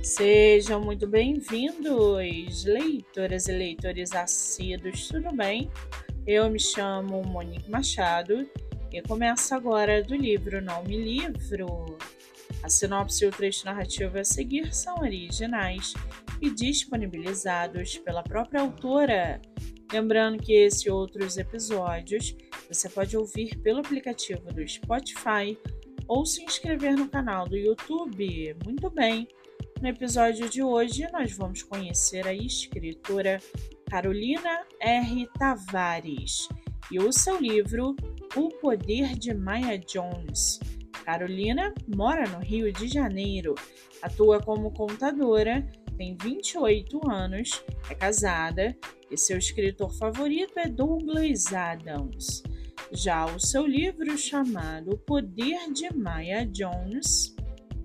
Sejam muito bem-vindos, leitoras e leitores assíduos, tudo bem? Eu me chamo Monique Machado e começo agora do livro Não Me Livro. A sinopse e o trecho narrativo a seguir são originais e disponibilizados pela própria autora. Lembrando que esse e outros episódios você pode ouvir pelo aplicativo do Spotify ou se inscrever no canal do YouTube. Muito bem! No episódio de hoje, nós vamos conhecer a escritora Carolina R. Tavares e o seu livro O Poder de Maya Jones. Carolina mora no Rio de Janeiro, atua como contadora, tem 28 anos, é casada e seu escritor favorito é Douglas Adams. Já o seu livro chamado O Poder de Maya Jones.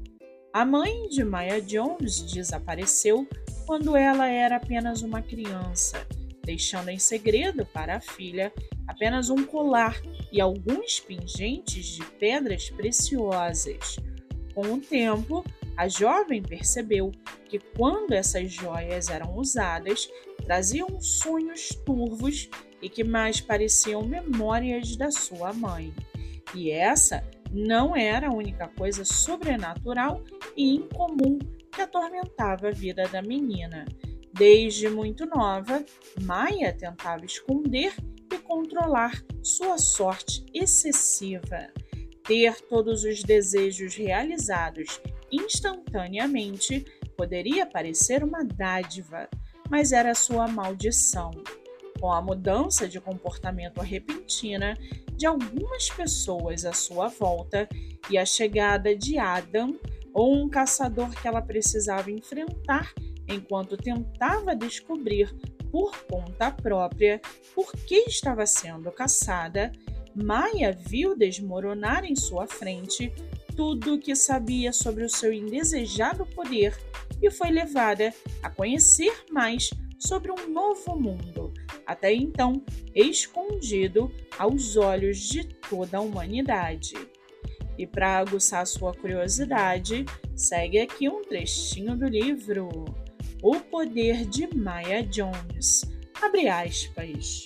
A mãe de Maya Jones desapareceu quando ela era apenas uma criança, deixando em segredo para a filha apenas um colar e alguns pingentes de pedras preciosas. Com o tempo, a jovem percebeu que quando essas joias eram usadas, traziam sonhos turvos e que mais pareciam memórias da sua mãe. E essa não era a única coisa sobrenatural e incomum que atormentava a vida da menina. Desde muito nova, Maya tentava esconder e controlar sua sorte excessiva. Ter todos os desejos realizados instantaneamente poderia parecer uma dádiva, mas era sua maldição. Com a mudança de comportamento repentina de algumas pessoas à sua volta e a chegada de Adam, ou um caçador que ela precisava enfrentar enquanto tentava descobrir por conta própria por que estava sendo caçada, Maya viu desmoronar em sua frente tudo o que sabia sobre o seu indesejado poder e foi levada a conhecer mais sobre um novo mundo, até então escondido aos olhos de toda a humanidade. E para aguçar sua curiosidade, segue aqui um trechinho do livro O Poder de Maya Jones. Abre aspas.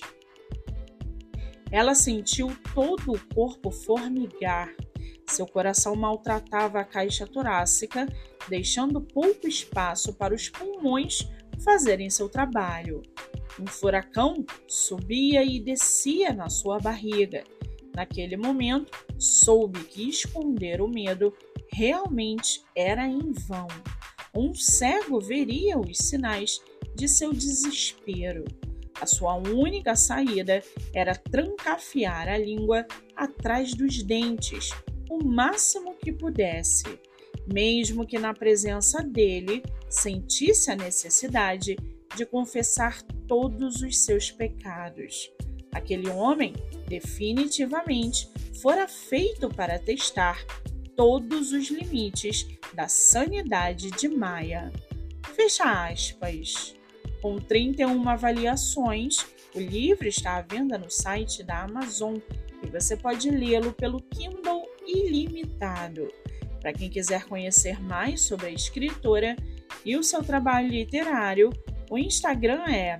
Ela sentiu todo o corpo formigar. Seu coração maltratava a caixa torácica, deixando pouco espaço para os pulmões fazerem seu trabalho. Um furacão subia e descia na sua barriga. Naquele momento, soube que esconder o medo realmente era em vão. Um cego veria os sinais de seu desespero. A sua única saída era trancafiar a língua atrás dos dentes, o máximo que pudesse. Mesmo que na presença dele sentisse a necessidade de confessar todos os seus pecados. Aquele homem definitivamente fora feito para testar todos os limites da sanidade de Maya. Fecha aspas. Com 31 avaliações, o livro está à venda no site da Amazon e você pode lê-lo pelo Kindle ilimitado. Para quem quiser conhecer mais sobre a escritora e o seu trabalho literário, o Instagram é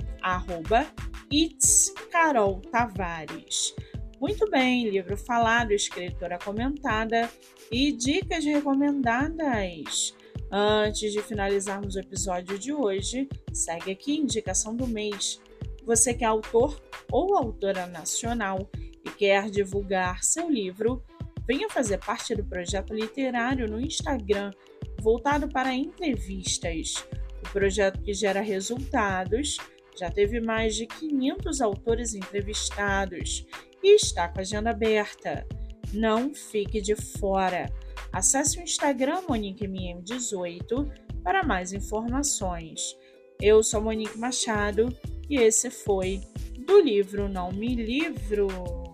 @itscaroltavares. Muito bem, livro falado, escritora comentada e dicas recomendadas. Antes de finalizarmos o episódio de hoje, segue aqui a indicação do mês. Você que é autor ou autora nacional e quer divulgar seu livro, venha fazer parte do projeto literário no Instagram, voltado para entrevistas. O projeto que gera resultados já teve mais de 500 autores entrevistados e está com a agenda aberta. Não fique de fora. Acesse o Instagram MoniqueMM18 para mais informações. Eu sou Monique Machado e esse foi do livro Não Me Livro.